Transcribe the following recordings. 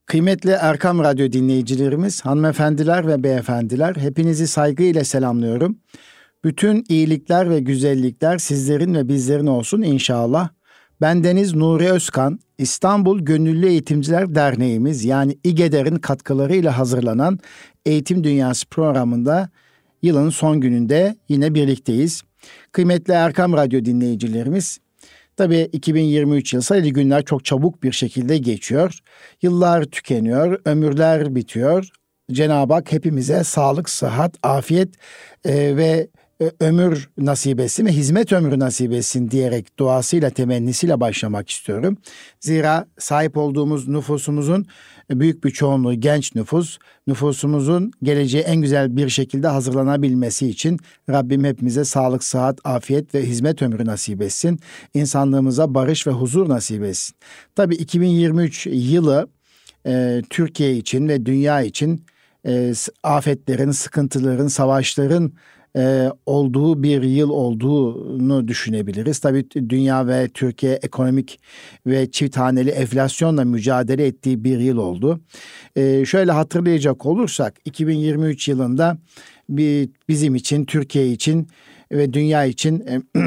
Kıymetli Erkam Radyo dinleyicilerimiz, hanımefendiler ve beyefendiler, hepinizi saygıyla selamlıyorum. Bütün iyilikler ve güzellikler sizlerin ve bizlerin olsun inşallah. Bendeniz Nuri Özkan, İstanbul Gönüllü Eğitimciler Derneğimiz yani İGEDER'in katkılarıyla hazırlanan Eğitim Dünyası programında yılın son gününde yine birlikteyiz. Kıymetli Erkam Radyo dinleyicilerimiz, tabii 2023 yıl sayılı günler çok çabuk bir şekilde geçiyor. Yıllar tükeniyor, ömürler bitiyor. Cenab-ı Hak hepimize sağlık, sıhhat, afiyet ve ömür nasip etsin ve hizmet ömrü nasip etsin diyerek duasıyla, temennisiyle başlamak istiyorum. Zira sahip olduğumuz nüfusumuzun büyük bir çoğunluğu genç nüfus. Nüfusumuzun geleceğe en güzel bir şekilde hazırlanabilmesi için Rabbim hepimize sağlık, sıhhat, afiyet ve hizmet ömrü nasip etsin. İnsanlığımıza barış ve huzur nasip etsin. Tabii 2023 yılı Türkiye için ve dünya için afetlerin, sıkıntıların, savaşların olduğu bir yıl olduğunu düşünebiliriz. Tabii dünya ve Türkiye ekonomik ve çift haneli enflasyonla mücadele ettiği bir yıl oldu. Şöyle hatırlayacak olursak 2023 yılında bizim için, Türkiye için ve dünya için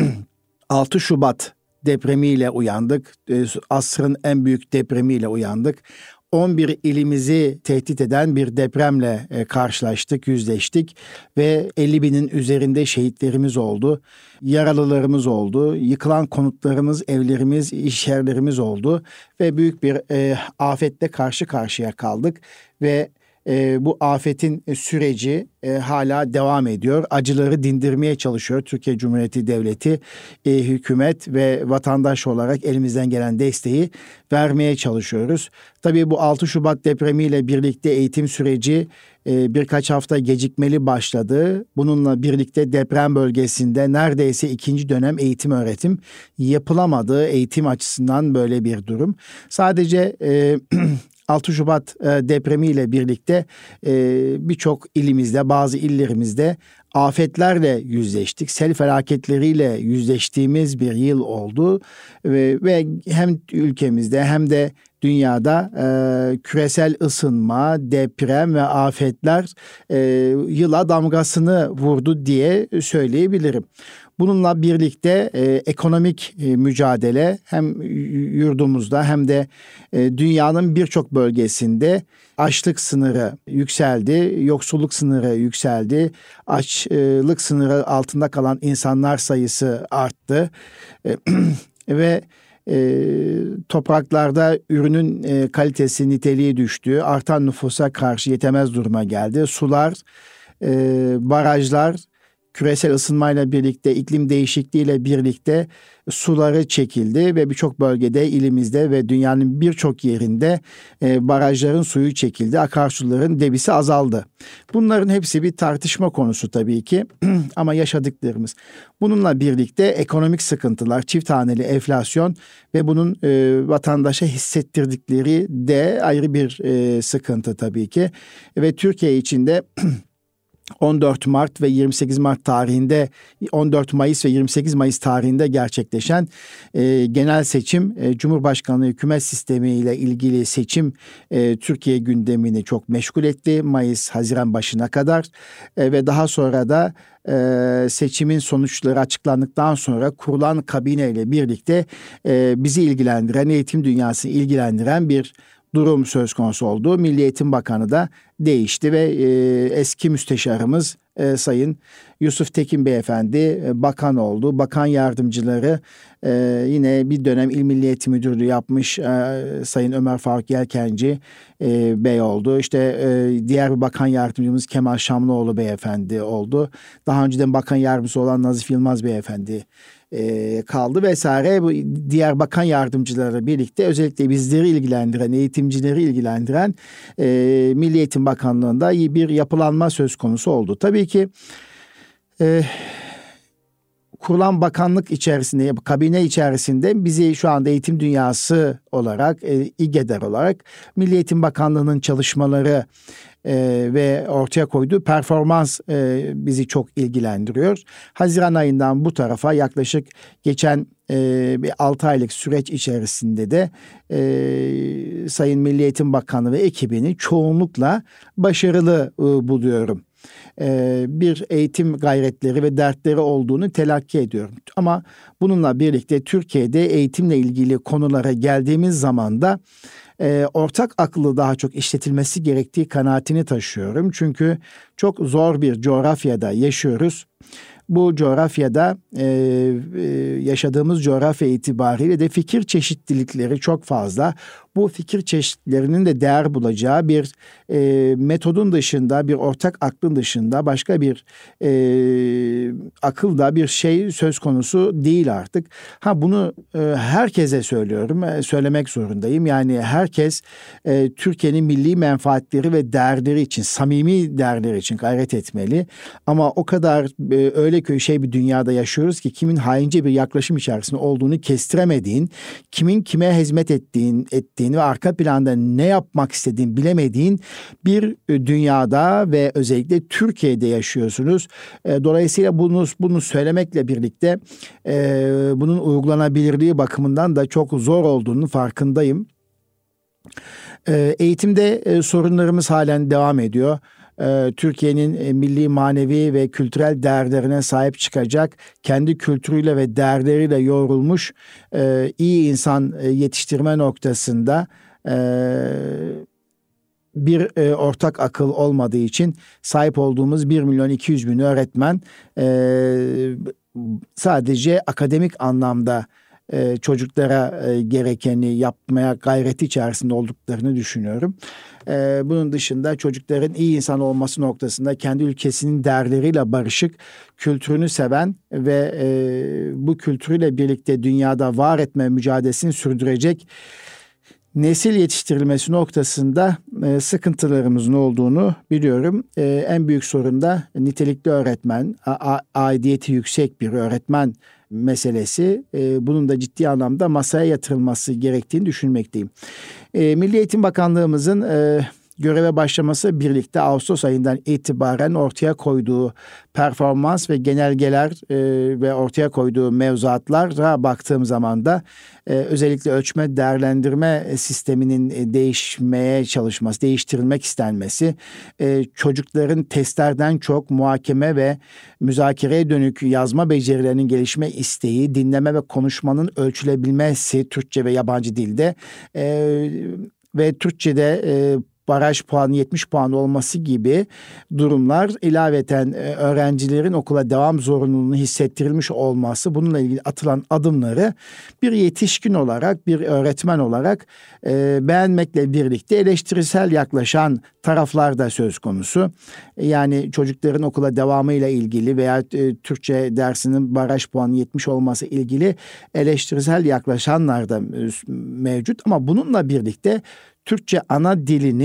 6 Şubat depremiyle uyandık. Asrın en büyük depremiyle uyandık. 11 ilimizi tehdit eden bir depremle karşılaştık, yüzleştik ve 50 binin üzerinde şehitlerimiz oldu, yaralılarımız oldu, yıkılan konutlarımız, evlerimiz, iş yerlerimiz oldu ve büyük bir afetle karşı karşıya kaldık ve bu afetin süreci hala devam ediyor. Acıları dindirmeye çalışıyor Türkiye Cumhuriyeti Devleti, hükümet ve vatandaş olarak elimizden gelen desteği vermeye çalışıyoruz. Tabii bu 6 Şubat depremiyle birlikte eğitim süreci birkaç hafta gecikmeli başladı. Bununla birlikte deprem bölgesinde neredeyse ikinci dönem eğitim öğretim yapılamadı. Eğitim açısından böyle bir durum. Sadece 6 Şubat depremiyle birlikte birçok ilimizde, bazı illerimizde afetlerle yüzleştik. Sel felaketleriyle yüzleştiğimiz bir yıl oldu ve hem ülkemizde hem de dünyada küresel ısınma, deprem ve afetler yıla damgasını vurdu diye söyleyebilirim. Bununla birlikte ekonomik mücadele hem yurdumuzda hem de dünyanın birçok bölgesinde açlık sınırı yükseldi, yoksulluk sınırı yükseldi, açlık sınırı altında kalan insanlar sayısı arttı ve topraklarda ürünün kalitesi, niteliği düştü, artan nüfusa karşı yetemez duruma geldi. Sular, barajlar, küresel ısınmayla birlikte, iklim değişikliğiyle birlikte suları çekildi ve birçok bölgede, ilimizde ve dünyanın birçok yerinde barajların suyu çekildi, akarsuların debisi azaldı. Bunların hepsi bir tartışma konusu tabii ki ama yaşadıklarımız. Bununla birlikte ekonomik sıkıntılar, çift haneli enflasyon ve bunun vatandaşa hissettirdikleri de ayrı bir sıkıntı tabii ki ve Türkiye için de 14 Mart ve 28 Mart tarihinde 14 Mayıs ve 28 Mayıs tarihinde gerçekleşen genel seçim, Cumhurbaşkanlığı hükümet sistemi ile ilgili seçim Türkiye gündemini çok meşgul etti. Mayıs-Haziran başına kadar ve daha sonra da seçimin sonuçları açıklandıktan sonra kurulan kabine ile birlikte bizi ilgilendiren, eğitim dünyasını ilgilendiren bir durum söz konusu oldu. Milli Eğitim Bakanı da değişti ve eski müsteşarımız Sayın Yusuf Tekin Beyefendi bakan oldu. Bakan yardımcıları yine bir dönem İl Milli Eğitim Müdürlüğü yapmış Sayın Ömer Faruk Yelkenci Bey oldu. İşte diğer bir bakan yardımcımız Kemal Şamlıoğlu Beyefendi oldu. Daha önceden bakan yardımcısı olan Nazif Yılmaz Beyefendi kaldı vesaire. Bu diğer bakan yardımcılarla birlikte özellikle bizleri ilgilendiren, eğitimcileri ilgilendiren Milli Eğitim Bakanlığı'nda bir yapılanma söz konusu oldu. Tabii ki kurulan bakanlık içerisinde, kabine içerisinde bizi şu anda eğitim dünyası olarak, İGEDER olarak Milli Eğitim Bakanlığı'nın çalışmaları ve ortaya koyduğu performans bizi çok ilgilendiriyor. Haziran ayından bu tarafa yaklaşık geçen bir 6 aylık süreç içerisinde de Sayın Milli Eğitim Bakanı ve ekibini çoğunlukla başarılı buluyorum. Bir eğitim gayretleri ve dertleri olduğunu telakki ediyorum. Ama bununla birlikte Türkiye'de eğitimle ilgili konulara geldiğimiz zaman da ortak akıllı daha çok işletilmesi gerektiği kanaatini taşıyorum. Çünkü çok zor bir coğrafyada yaşıyoruz. Bu coğrafyada yaşadığımız coğrafya itibariyle de fikir çeşitlilikleri çok fazla. Bu fikir çeşitlerinin de değer bulacağı bir metodun dışında, bir ortak aklın dışında başka bir akılda bir şey söz konusu değil artık. Bunu herkese söylüyorum, söylemek zorundayım. Yani herkes Türkiye'nin milli menfaatleri ve değerleri için, samimi değerleri için gayret etmeli. Ama o kadar öyle bir dünyada yaşıyoruz ki kimin haince bir yaklaşım içerisinde olduğunu kestiremediğin, kimin kime hizmet ettiğini ve arka planda ne yapmak istediğini bilemediğin bir dünyada ve özellikle Türkiye'de yaşıyorsunuz. Dolayısıyla bunu söylemekle birlikte bunun uygulanabilirliği bakımından da çok zor olduğunu farkındayım. Eğitimde sorunlarımız halen devam ediyor. Türkiye'nin milli, manevi ve kültürel değerlerine sahip çıkacak, kendi kültürüyle ve değerleriyle yoğrulmuş iyi insan yetiştirme noktasında bir ortak akıl olmadığı için sahip olduğumuz 1.200.000 öğretmen sadece akademik anlamda çocuklara gerekeni yapmaya gayreti içerisinde olduklarını düşünüyorum. Bunun dışında çocukların iyi insan olması noktasında kendi ülkesinin değerleriyle barışık, kültürünü seven ve bu kültürüyle birlikte dünyada var etme mücadelesini sürdürecek nesil yetiştirilmesi noktasında sıkıntılarımızın olduğunu biliyorum. En büyük sorun da nitelikli öğretmen, aidiyeti yüksek bir öğretmen meselesi. Bunun da ciddi anlamda masaya yatırılması gerektiğini düşünmekteyim. Milli Eğitim Bakanlığımızın göreve başlaması birlikte Ağustos ayından itibaren ortaya koyduğu performans ve genelgeler ve ortaya koyduğu mevzuatlara baktığım zaman da özellikle ölçme değerlendirme sisteminin değiştirilmek istenmesi, çocukların testlerden çok muhakeme ve müzakereye dönük yazma becerilerinin gelişme isteği, dinleme ve konuşmanın ölçülebilmesi Türkçe ve yabancı dilde ve Türkçe'de baraj puanı 70 puan olması gibi durumlar, ilaveten öğrencilerin okula devam zorunluluğunu hissettirilmiş olması, bununla ilgili atılan adımları bir yetişkin olarak, bir öğretmen olarak beğenmekle birlikte eleştirisel yaklaşan taraflar da söz konusu. Yani çocukların okula devamıyla ilgili veya Türkçe dersinin baraj puanı 70 olması ilgili eleştirisel yaklaşanlar da mevcut. Ama bununla birlikte Türkçe ana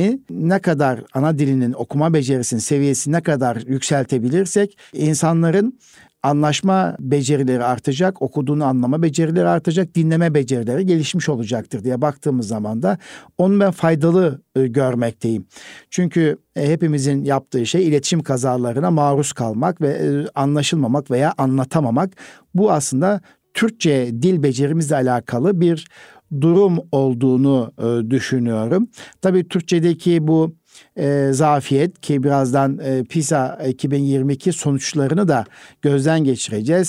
dilinin okuma becerisinin seviyesi ne kadar yükseltebilirsek insanların anlaşma becerileri artacak, okuduğunu anlama becerileri artacak, dinleme becerileri gelişmiş olacaktır diye baktığımız zaman da onu ben faydalı görmekteyim. Çünkü hepimizin yaptığı şey iletişim kazalarına maruz kalmak ve anlaşılmamak veya anlatamamak. Bu aslında Türkçe dil becerimizle alakalı bir durum olduğunu düşünüyorum. Tabii Türkçedeki bu zafiyet ki birazdan PISA 2022 sonuçlarını da gözden geçireceğiz.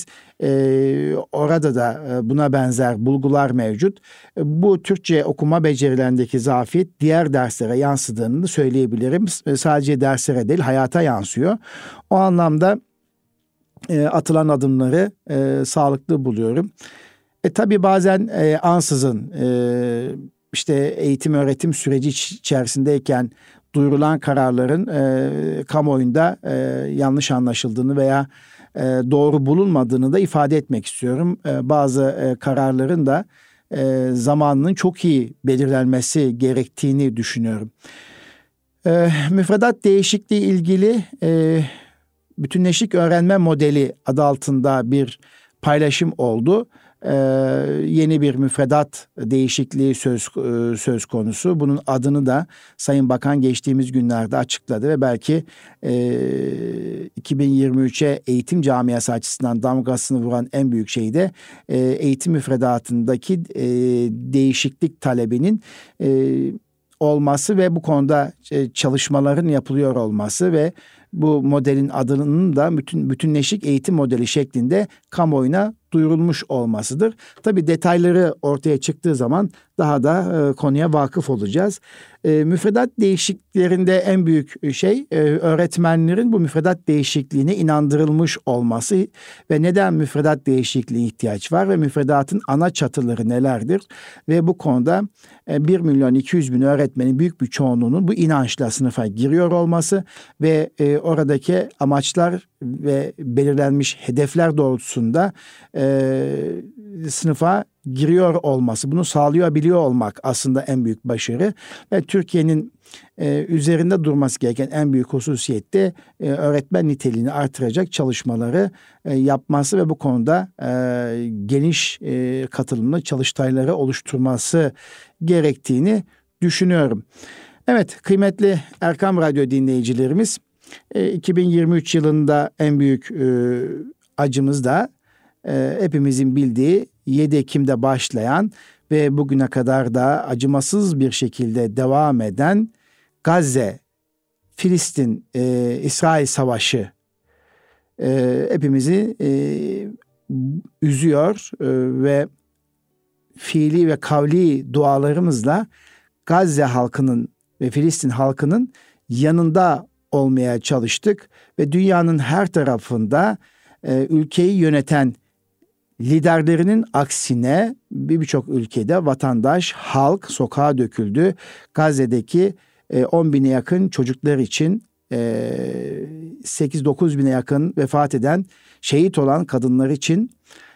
Orada da buna benzer bulgular mevcut. Bu Türkçe okuma becerilerindeki zafiyet diğer derslere yansıdığını söyleyebilirim. Sadece derslere değil, hayata yansıyor. O anlamda atılan adımları sağlıklı buluyorum. Tabii bazen ansızın işte eğitim öğretim süreci içerisindeyken duyurulan kararların kamuoyunda yanlış anlaşıldığını veya doğru bulunmadığını da ifade etmek istiyorum. Bazı kararların da zamanının çok iyi belirlenmesi gerektiğini düşünüyorum. Müfredat değişikliği ilgili bütünleşik öğrenme modeli adı altında bir paylaşım oldu. Yeni bir müfredat değişikliği söz konusu. Bunun adını da Sayın Bakan geçtiğimiz günlerde açıkladı ve belki 2023'e eğitim camiası açısından damgasını vuran en büyük şey de eğitim müfredatındaki değişiklik talebinin olması ve bu konuda çalışmaların yapılıyor olması ve bu modelin adının da bütünleşik eğitim modeli şeklinde kamuoyuna duyurulmuş olmasıdır. Tabii detayları ortaya çıktığı zaman daha da konuya vakıf olacağız. Müfredat değişikliklerinde en büyük şey öğretmenlerin bu müfredat değişikliğine inandırılmış olması ve neden müfredat değişikliğine ihtiyaç var ve müfredatın ana çatıları nelerdir ve bu konuda 1.200.000 öğretmenin büyük bir çoğunluğunun bu inançla sınıfa giriyor olması ve oradaki amaçlar ve belirlenmiş hedefler doğrultusunda sınıfa giriyor olması, bunu sağlayabiliyor olmak aslında en büyük başarı ve Türkiye'nin üzerinde durması gereken en büyük hususiyet de öğretmen niteliğini artıracak çalışmaları yapması ve bu konuda geniş katılımlı çalıştayları oluşturması gerektiğini düşünüyorum. Evet, kıymetli Erkam Radyo dinleyicilerimiz, 2023 yılında en büyük acımız da hepimizin bildiği 7 Ekim'de başlayan ve bugüne kadar da acımasız bir şekilde devam eden Gazze, Filistin, İsrail savaşı hepimizi üzüyor ve fiili ve kavli dualarımızla Gazze halkının ve Filistin halkının yanında olmaya çalıştık ve dünyanın her tarafında ülkeyi yöneten liderlerinin aksine birçok ülkede vatandaş, halk sokağa döküldü. Gazze'deki 10 bine yakın çocuklar için 8-9 bine yakın vefat eden, şehit olan kadınlar için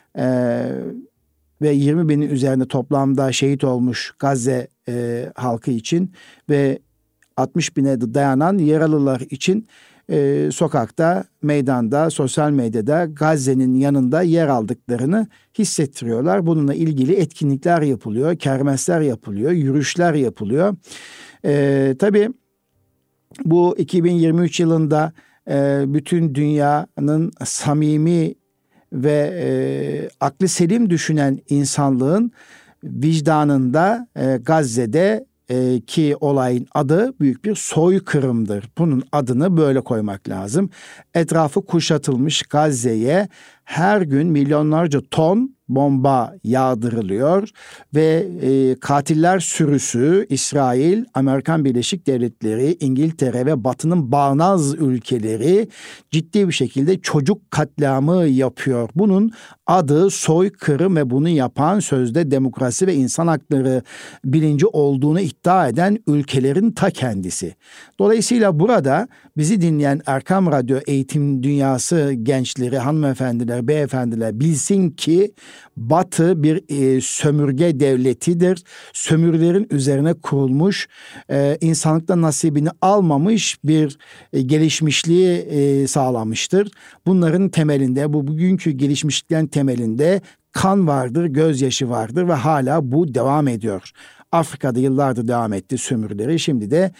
ve 20 binin üzerinde toplamda şehit olmuş Gazze halkı için ve 60 bine dayanan yaralılar için sokakta, meydanda, sosyal medyada Gazze'nin yanında yer aldıklarını hissettiriyorlar. Bununla ilgili etkinlikler yapılıyor, kermesler yapılıyor, yürüyüşler yapılıyor. Tabii bu 2023 yılında bütün dünyanın samimi ve aklı selim düşünen insanlığın vicdanında Gazze'de ki olayın adı büyük bir soykırımdır. Bunun adını böyle koymak lazım. Etrafı kuşatılmış Gazze'ye her gün milyonlarca ton bomba yağdırılıyor ve katiller sürüsü İsrail, Amerikan Birleşik Devletleri, İngiltere ve Batı'nın bağnaz ülkeleri ciddi bir şekilde çocuk katliamı yapıyor. Bunun adı soykırım ve bunu yapan sözde demokrasi ve insan hakları bilinci olduğunu iddia eden ülkelerin ta kendisi. Dolayısıyla burada bizi dinleyen Erkam Radyo eğitim dünyası gençleri, hanımefendiler, beyefendiler bilsin ki Batı bir sömürge devletidir. Sömürülerin üzerine kurulmuş, insanlıkta nasibini almamış bir gelişmişliği sağlamıştır. Bunların temelinde, bu bugünkü gelişmişliklerin temelinde kan vardır, gözyaşı vardır ve hala bu devam ediyor. Afrika'da yıllardır devam etti sömürüleri. Şimdi de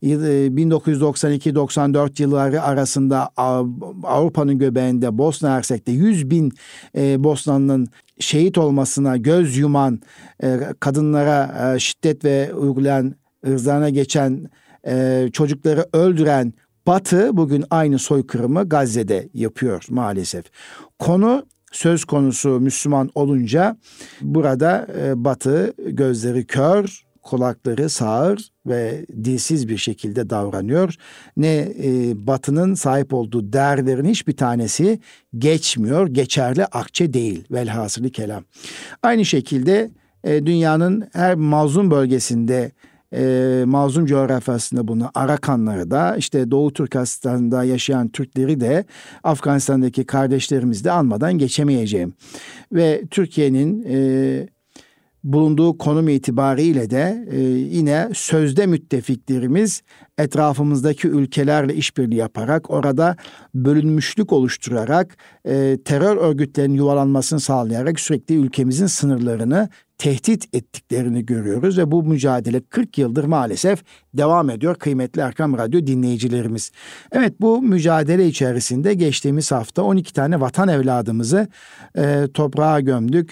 1992-94 yılları arasında Avrupa'nın göbeğinde Bosna Hersek'te 100.000 Bosnalı'nın şehit olmasına göz yuman, kadınlara şiddet ve uygulayan, ırzlarına geçen, çocukları öldüren Batı bugün aynı soykırımı Gazze'de yapıyor maalesef. Konu söz konusu Müslüman olunca burada Batı gözleri kör, kulakları sağır ve dilsiz bir şekilde davranıyor. Batı'nın sahip olduğu değerlerin hiçbir tanesi geçerli akçe değil velhasılı kelam. Aynı şekilde dünyanın her mazlum bölgesinde, mazlum coğrafyasında bunu Arakanları da, işte Doğu Türkistan'da yaşayan Türkleri de, Afganistan'daki kardeşlerimizi de anmadan geçemeyeceğim. Ve Türkiye'nin bulunduğu konum itibariyle de yine sözde müttefiklerimiz etrafımızdaki ülkelerle işbirliği yaparak, orada bölünmüşlük oluşturarak, terör örgütlerinin yuvalanmasını sağlayarak sürekli ülkemizin sınırlarını tehdit ettiklerini görüyoruz ve bu mücadele 40 yıldır maalesef devam ediyor kıymetli Erkam Radyo dinleyicilerimiz. Evet, bu mücadele içerisinde geçtiğimiz hafta 12 tane vatan evladımızı toprağa gömdük.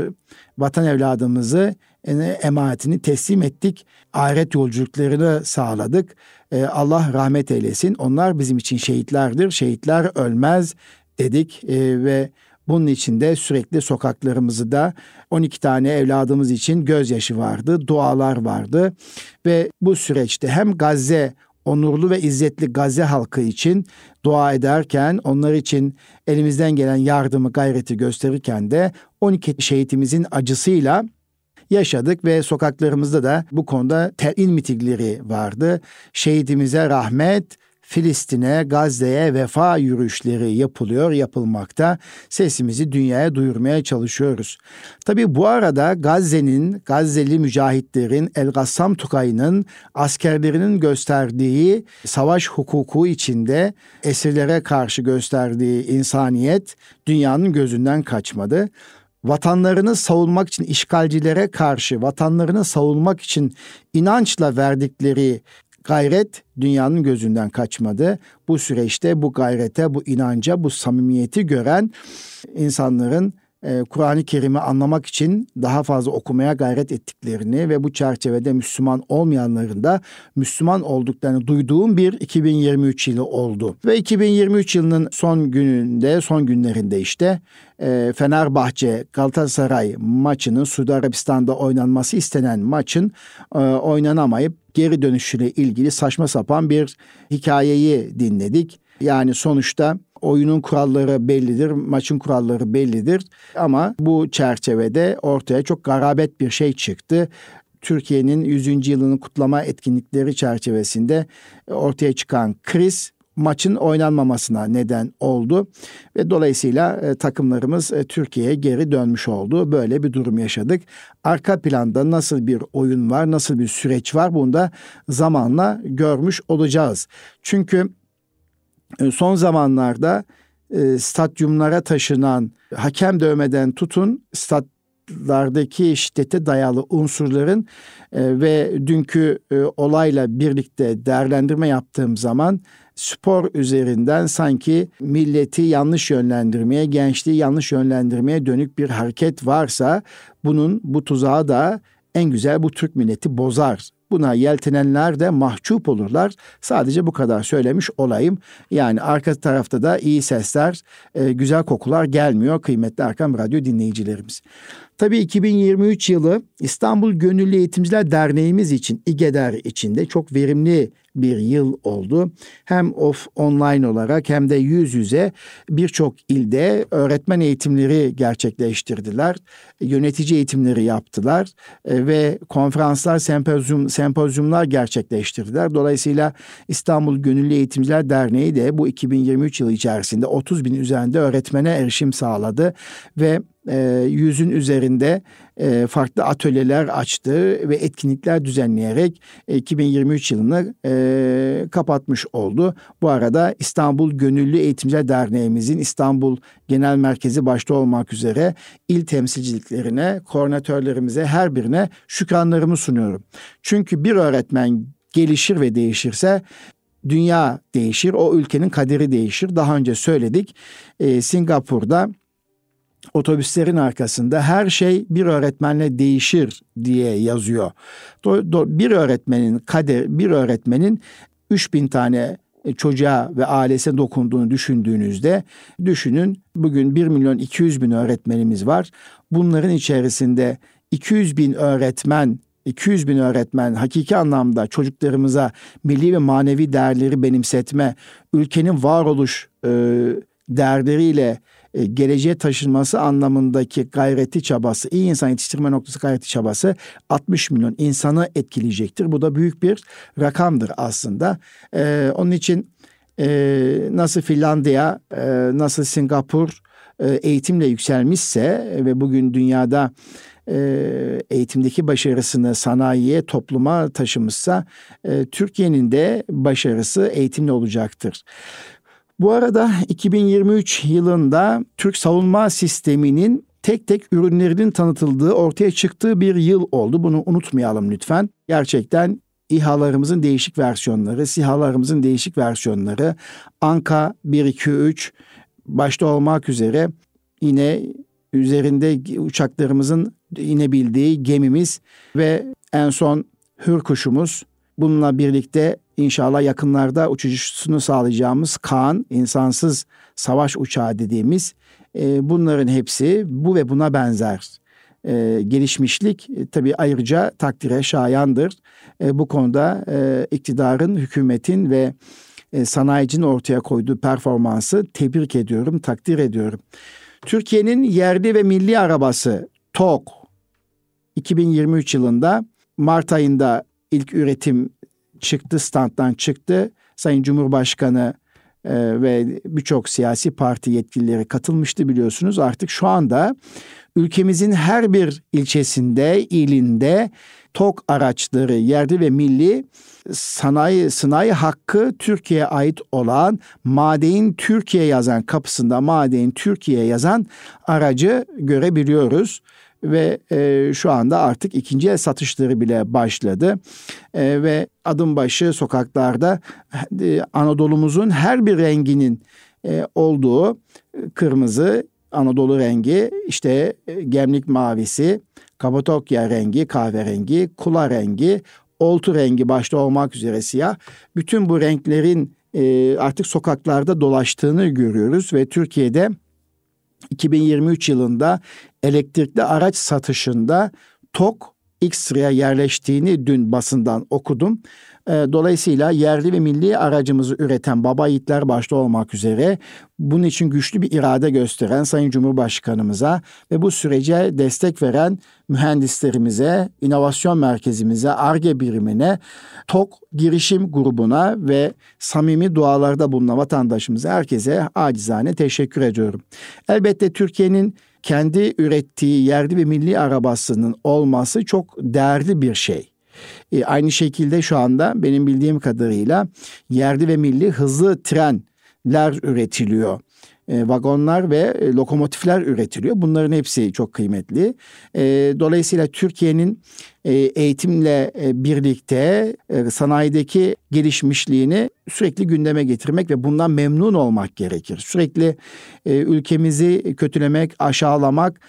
Vatan evladımızı emanetini teslim ettik. Ahiret yolculuklarını sağladık. Allah rahmet eylesin. Onlar bizim için şehitlerdir. Şehitler ölmez dedik ve bunun için de sürekli sokaklarımızda da 12 tane evladımız için gözyaşı vardı, dualar vardı ve bu süreçte hem Gazze, onurlu ve izzetli Gazze halkı için dua ederken, onlar için elimizden gelen yardımı, gayreti gösterirken de 12 şehitimizin acısıyla yaşadık ve sokaklarımızda da bu konuda telin mitingleri vardı. Şehidimize rahmet, Filistin'e, Gazze'ye vefa yürüyüşleri yapılmakta. Sesimizi dünyaya duyurmaya çalışıyoruz. Tabii bu arada Gazze'li mücahitlerin, El Gassam Tugayı'nın askerlerinin gösterdiği savaş hukuku içinde esirlere karşı gösterdiği insaniyet dünyanın gözünden kaçmadı. Vatanlarını savunmak için işgalcilere karşı, vatanlarını savunmak için inançla verdikleri gayret dünyanın gözünden kaçmadı. Bu süreçte bu gayrete, bu inanca, bu samimiyeti gören insanların Kur'an-ı Kerim'i anlamak için daha fazla okumaya gayret ettiklerini ve bu çerçevede Müslüman olmayanların da Müslüman olduklarını duyduğum bir 2023 yılı oldu. Ve 2023 yılının son günlerinde işte Fenerbahçe Galatasaray maçının, Suudi Arabistan'da oynanması istenen maçın oynanamayıp geri dönüşüyle ilgili saçma sapan bir hikayeyi dinledik. Yani sonuçta oyunun kuralları bellidir, maçın kuralları bellidir ama bu çerçevede ortaya çok garabet bir şey çıktı. Türkiye'nin 100. yılını kutlama etkinlikleri çerçevesinde ortaya çıkan kriz maçın oynanmamasına neden oldu ve dolayısıyla takımlarımız Türkiye'ye geri dönmüş oldu. Böyle bir durum yaşadık. Arka planda nasıl bir oyun var, nasıl bir süreç var, bunu da zamanla görmüş olacağız. Çünkü son zamanlarda stadyumlara taşınan hakem dövmeden tutun statlardaki şiddete dayalı unsurların ve dünkü olayla birlikte değerlendirme yaptığım zaman spor üzerinden sanki milleti yanlış yönlendirmeye, gençliği yanlış yönlendirmeye dönük bir hareket varsa bu tuzağı da en güzel bu Türk milleti bozar. Buna yeltenenler de mahcup olurlar. Sadece bu kadar söylemiş olayım. Yani arka tarafta da iyi sesler, güzel kokular gelmiyor kıymetli Erkam Radyo dinleyicilerimiz. Tabii 2023 yılı İstanbul Gönüllü Eğitimciler Derneğimiz için, İGEDER için de çok verimli bir yıl oldu. Hem online olarak hem de yüz yüze birçok ilde öğretmen eğitimleri gerçekleştirdiler. Yönetici eğitimleri yaptılar ve konferanslar, sempozyumlar gerçekleştirdiler. Dolayısıyla İstanbul Gönüllü Eğitimciler Derneği de bu 2023 yılı içerisinde 30 bin üzerinde öğretmene erişim sağladı ve 100'ün üzerinde farklı atölyeler açtı ve etkinlikler düzenleyerek 2023 yılını kapatmış oldu. Bu arada İstanbul Gönüllü Eğitimciler Derneğimizin İstanbul Genel Merkezi başta olmak üzere il temsilciliklerine, koordinatörlerimize, her birine şükranlarımı sunuyorum. Çünkü bir öğretmen gelişir ve değişirse dünya değişir, o ülkenin kaderi değişir. Daha önce söyledik, Singapur'da otobüslerin arkasında her şey bir öğretmenle değişir diye yazıyor. Bir öğretmenin 3000 tane çocuğa ve ailesine dokunduğunu düşündüğünüzde düşünün, bugün 1.200.000 öğretmenimiz var. Bunların içerisinde 200 bin öğretmen hakiki anlamda çocuklarımıza milli ve manevi değerleri benimsetme, ülkenin varoluş değerleriyle geleceğe taşınması anlamındaki gayreti çabası, iyi insan yetiştirme noktası gayreti çabası 60 milyon insanı etkileyecektir. Bu da büyük bir rakamdır aslında. Onun için nasıl Finlandiya, nasıl Singapur eğitimle yükselmişse ve bugün dünyada eğitimdeki başarısını sanayiye, topluma taşımışsa Türkiye'nin de başarısı eğitimle olacaktır. Bu arada 2023 yılında Türk savunma sisteminin tek tek ürünlerinin tanıtıldığı, ortaya çıktığı bir yıl oldu. Bunu unutmayalım lütfen. Gerçekten İHA'larımızın değişik versiyonları, SİHA'larımızın değişik versiyonları, Anka 1, 2, 3 başta olmak üzere yine üzerinde uçaklarımızın inebildiği gemimiz ve en son Hürkuş'umuz. Bununla birlikte inşallah yakınlarda uçuşunu sağlayacağımız Kaan, insansız savaş uçağı dediğimiz bunların hepsi bu ve buna benzer gelişmişlik tabii ayrıca takdire şayandır. Bu konuda iktidarın, hükümetin ve sanayicinin ortaya koyduğu performansı tebrik ediyorum, takdir ediyorum. Türkiye'nin yerli ve milli arabası TOG 2023 yılında Mart ayında ilk üretim çıktı, standdan çıktı. Sayın Cumhurbaşkanı ve birçok siyasi parti yetkilileri katılmıştı biliyorsunuz. Artık şu anda ülkemizin her bir ilçesinde, ilinde TOG araçları yerli ve milli sanayi hakkı Türkiye'ye ait olan Made Türkiye yazan kapısında Made Türkiye yazan aracı görebiliyoruz. Ve şu anda artık ikinci el satışları bile başladı. Ve adım başı sokaklarda Anadolu'muzun her bir renginin olduğu kırmızı Anadolu rengi, işte gemlik mavisi, Kapadokya rengi, kahverengi, kula rengi, oltu rengi başta olmak üzere siyah. Bütün bu renklerin artık sokaklarda dolaştığını görüyoruz ve Türkiye'de 2023 yılında elektrikli araç satışında TOG ilk sıraya yerleştiğini dün basından okudum. Dolayısıyla yerli ve milli aracımızı üreten baba yiğitler başta olmak üzere bunun için güçlü bir irade gösteren Sayın Cumhurbaşkanımıza ve bu sürece destek veren mühendislerimize, inovasyon merkezimize, Ar-Ge birimine, TOG girişim grubuna ve samimi dualarda bulunan vatandaşımıza, herkese acizane teşekkür ediyorum. Elbette Türkiye'nin kendi ürettiği yerli ve milli arabasının olması çok değerli bir şey. Aynı şekilde şu anda benim bildiğim kadarıyla yerli ve milli hızlı trenler üretiliyor. Vagonlar ve lokomotifler üretiliyor. Bunların hepsi çok kıymetli. Dolayısıyla Türkiye'nin eğitimle birlikte sanayideki gelişmişliğini sürekli gündeme getirmek ve bundan memnun olmak gerekir. Sürekli ülkemizi kötülemek, aşağılamak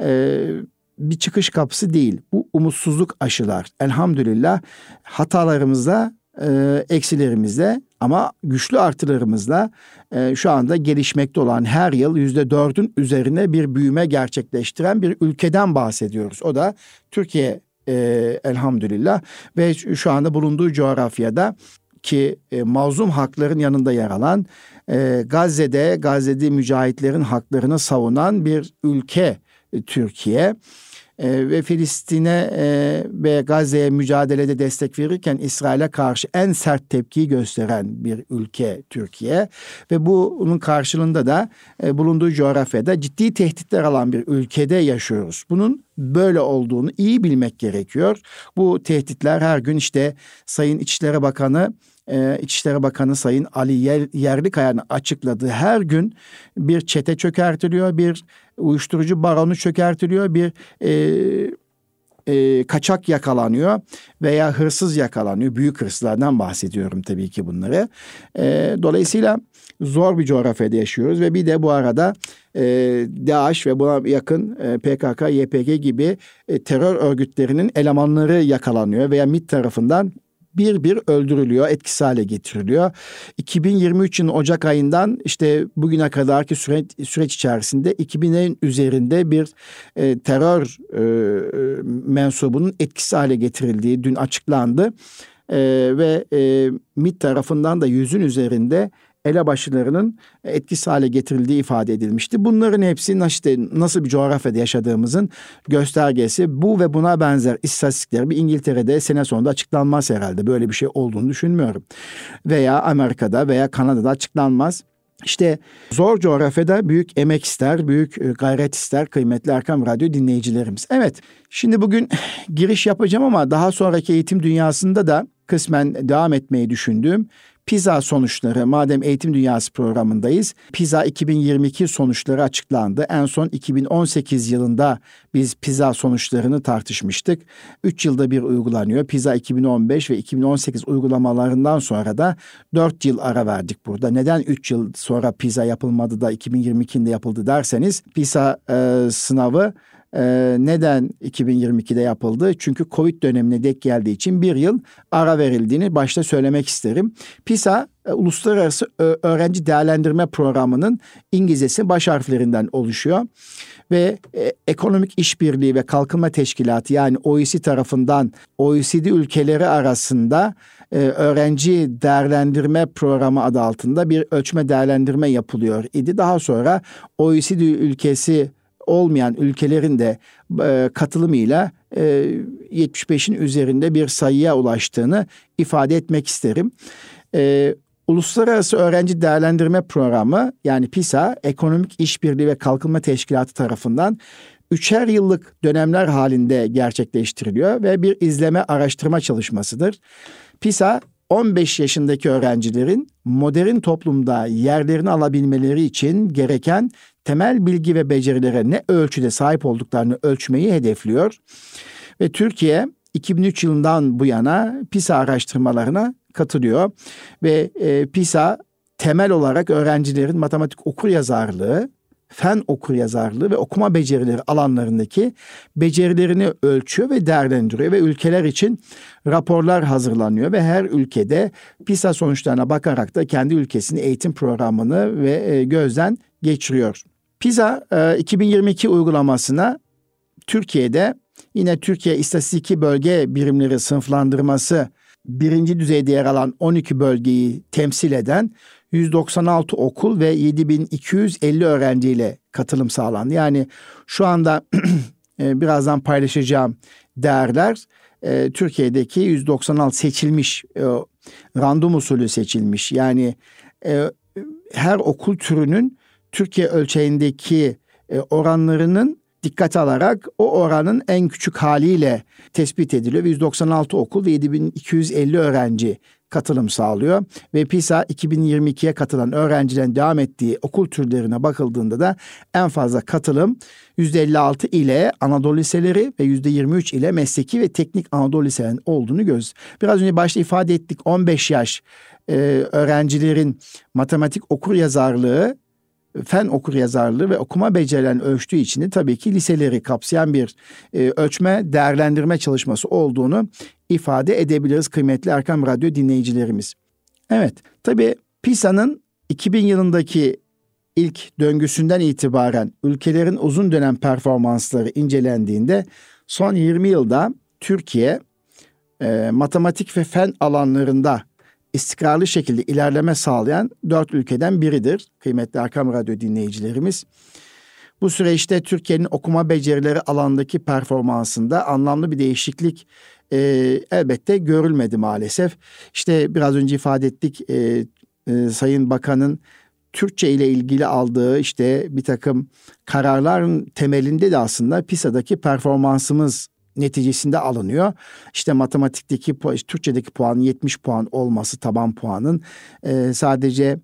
bir çıkış kapısı değil. Bu umutsuzluk aşılar. Elhamdülillah hatalarımızda, eksilerimizde ama güçlü artılarımızla şu anda gelişmekte olan her yıl %4'ün üzerine bir büyüme gerçekleştiren bir ülkeden bahsediyoruz. O da Türkiye elhamdülillah ve şu anda bulunduğu coğrafyada ki mazlum hakların yanında yer alan Gazze'de mücahitlerin haklarını savunan bir ülke Türkiye. Ve Filistin'e ve Gazze'ye mücadelede destek verirken İsrail'e karşı en sert tepkiyi gösteren bir ülke Türkiye ve bunun karşılığında da bulunduğu coğrafyada ciddi tehditler alan bir ülkede yaşıyoruz. Bunun böyle olduğunu iyi bilmek gerekiyor. Bu tehditler her gün işte Sayın İçişleri Bakanı Sayın Ali Yerlikaya'nın açıkladığı her gün bir çete çökertiliyor, bir uyuşturucu baronu çökertiliyor, bir kaçak yakalanıyor veya hırsız yakalanıyor. Büyük hırsızlardan bahsediyorum tabii ki bunları. Dolayısıyla zor bir coğrafyada yaşıyoruz ve bir de bu arada DAEŞ ve buna yakın PKK, YPG gibi terör örgütlerinin elemanları yakalanıyor veya MİT tarafından bir öldürülüyor, etkisiz hale getiriliyor. 2023 yılının Ocak ayından işte bugüne kadarki süreç içerisinde 2000'in üzerinde bir terör mensubunun etkisiz hale getirildiği dün açıklandı. Ve MİT tarafından da 100'ün üzerinde elebaşılarının etkisiz hale getirildiği ifade edilmişti. Bunların hepsi işte nasıl bir coğrafyada yaşadığımızın göstergesi. Bu ve buna benzer istatistikler bir İngiltere'de sene sonunda açıklanmaz herhalde. Böyle bir şey olduğunu düşünmüyorum. Veya Amerika'da veya Kanada'da açıklanmaz. İşte zor coğrafyada büyük emek ister, büyük gayret ister kıymetli Erkam Radyo dinleyicilerimiz. Evet, şimdi bugün giriş yapacağım ama daha sonraki eğitim dünyasında da kısmen devam etmeyi düşündüğüm PISA sonuçları, madem eğitim dünyası programındayız, PISA 2022 sonuçları açıklandı. En son 2018 yılında biz PISA sonuçlarını tartışmıştık. 3 yılda bir uygulanıyor. PISA 2015 ve 2018 uygulamalarından sonra da 4 yıl ara verdik burada. Neden 3 yıl sonra PISA yapılmadı da 2022'de yapıldı derseniz, PISA sınavı neden 2022'de yapıldı? Çünkü Covid dönemine denk geldiği için bir yıl ara verildiğini başta söylemek isterim. PISA, Uluslararası Öğrenci Değerlendirme Programı'nın İngilizcesi baş harflerinden oluşuyor. Ve Ekonomik İşbirliği ve Kalkınma Teşkilatı yani OECD tarafından OECD ülkeleri arasında öğrenci değerlendirme programı adı altında bir ölçme değerlendirme yapılıyor idi. Daha sonra OECD ülkesi olmayan ülkelerin de katılımıyla 75'in üzerinde bir sayıya ulaştığını ifade etmek isterim. Uluslararası Öğrenci Değerlendirme Programı yani PISA, Ekonomik İşbirliği ve Kalkınma Teşkilatı tarafından 3'er yıllık dönemler halinde gerçekleştiriliyor ve bir izleme araştırma çalışmasıdır. PISA, 15 yaşındaki öğrencilerin modern toplumda yerlerini alabilmeleri için gereken temel bilgi ve becerilere ne ölçüde sahip olduklarını ölçmeyi hedefliyor. Ve Türkiye 2003 yılından bu yana PISA araştırmalarına katılıyor. Ve PISA temel olarak öğrencilerin matematik okuryazarlığı, fen okuryazarlığı ve okuma becerileri alanlarındaki becerilerini ölçüyor ve değerlendiriyor ve ülkeler için raporlar hazırlanıyor ve her ülkede PISA sonuçlarına bakarak da kendi ülkesinin eğitim programını ve gözden geçiriyor. PISA 2022 uygulamasına Türkiye'de yine Türkiye İstatistik Bölge Birimleri sınıflandırması birinci düzeyde yer alan 12 bölgeyi temsil eden 196 okul ve 7250 öğrenciyle katılım sağlandı. Yani şu anda birazdan paylaşacağım değerler Türkiye'deki 196 seçilmiş, random usulü seçilmiş. Yani her okul türünün Türkiye ölçeğindeki oranlarının dikkate alarak o oranın en küçük haliyle tespit ediliyor. 196 okul ve 7250 öğrenci katılım sağlıyor. Ve PISA 2022'ye katılan öğrencilerin devam ettiği okul türlerine bakıldığında da en fazla katılım %56 ile Anadolu liseleri ve %23 ile mesleki ve teknik Anadolu liselerinin olduğunu görüyoruz. Biraz önce başta ifade ettik, 15 yaş öğrencilerin matematik okuryazarlığı, fen okuryazarlığı ve okuma becerilerini ölçtüğü için de tabii ki liseleri kapsayan bir ölçme değerlendirme çalışması olduğunu ifade edebiliriz kıymetli Erkam Radyo dinleyicilerimiz. Evet, tabii PISA'nın 2000 yılındaki ilk döngüsünden itibaren ülkelerin uzun dönem performansları incelendiğinde son 20 yılda Türkiye matematik ve fen alanlarında istikrarlı şekilde ilerleme sağlayan 4 ülkeden biridir kıymetli Erkam Radyo dinleyicilerimiz. Bu süreçte Türkiye'nin okuma becerileri alandaki performansında anlamlı bir değişiklik elbette görülmedi maalesef. İşte biraz önce ifade ettik, Sayın Bakan'ın Türkçe ile ilgili aldığı işte bir takım kararların temelinde de aslında PISA'daki performansımız neticesinde alınıyor. İşte matematikteki, Türkçedeki puanın 70 puan olması, taban puanın sadece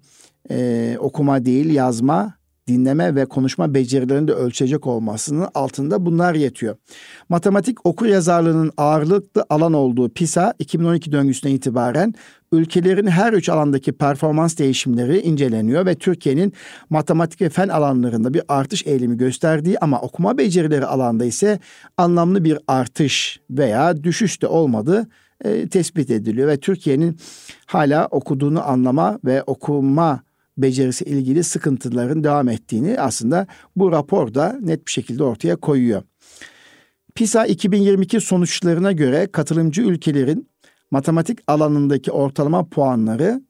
okuma değil, yazma, dinleme ve konuşma becerilerini de ölçecek olmasının altında bunlar yatıyor. Matematik okuryazarlığının ağırlıklı alan olduğu PISA 2012 döngüsüne itibaren ülkelerin her 3 alandaki performans değişimleri inceleniyor ve Türkiye'nin matematik ve fen alanlarında bir artış eğilimi gösterdiği ama okuma becerileri alanda ise anlamlı bir artış veya düşüş de olmadığı tespit ediliyor ve Türkiye'nin hala okuduğunu anlama ve okuma becerisi ilgili sıkıntıların devam ettiğini aslında bu raporda net bir şekilde ortaya koyuyor. PISA 2022 sonuçlarına göre katılımcı ülkelerin matematik alanındaki ortalama puanları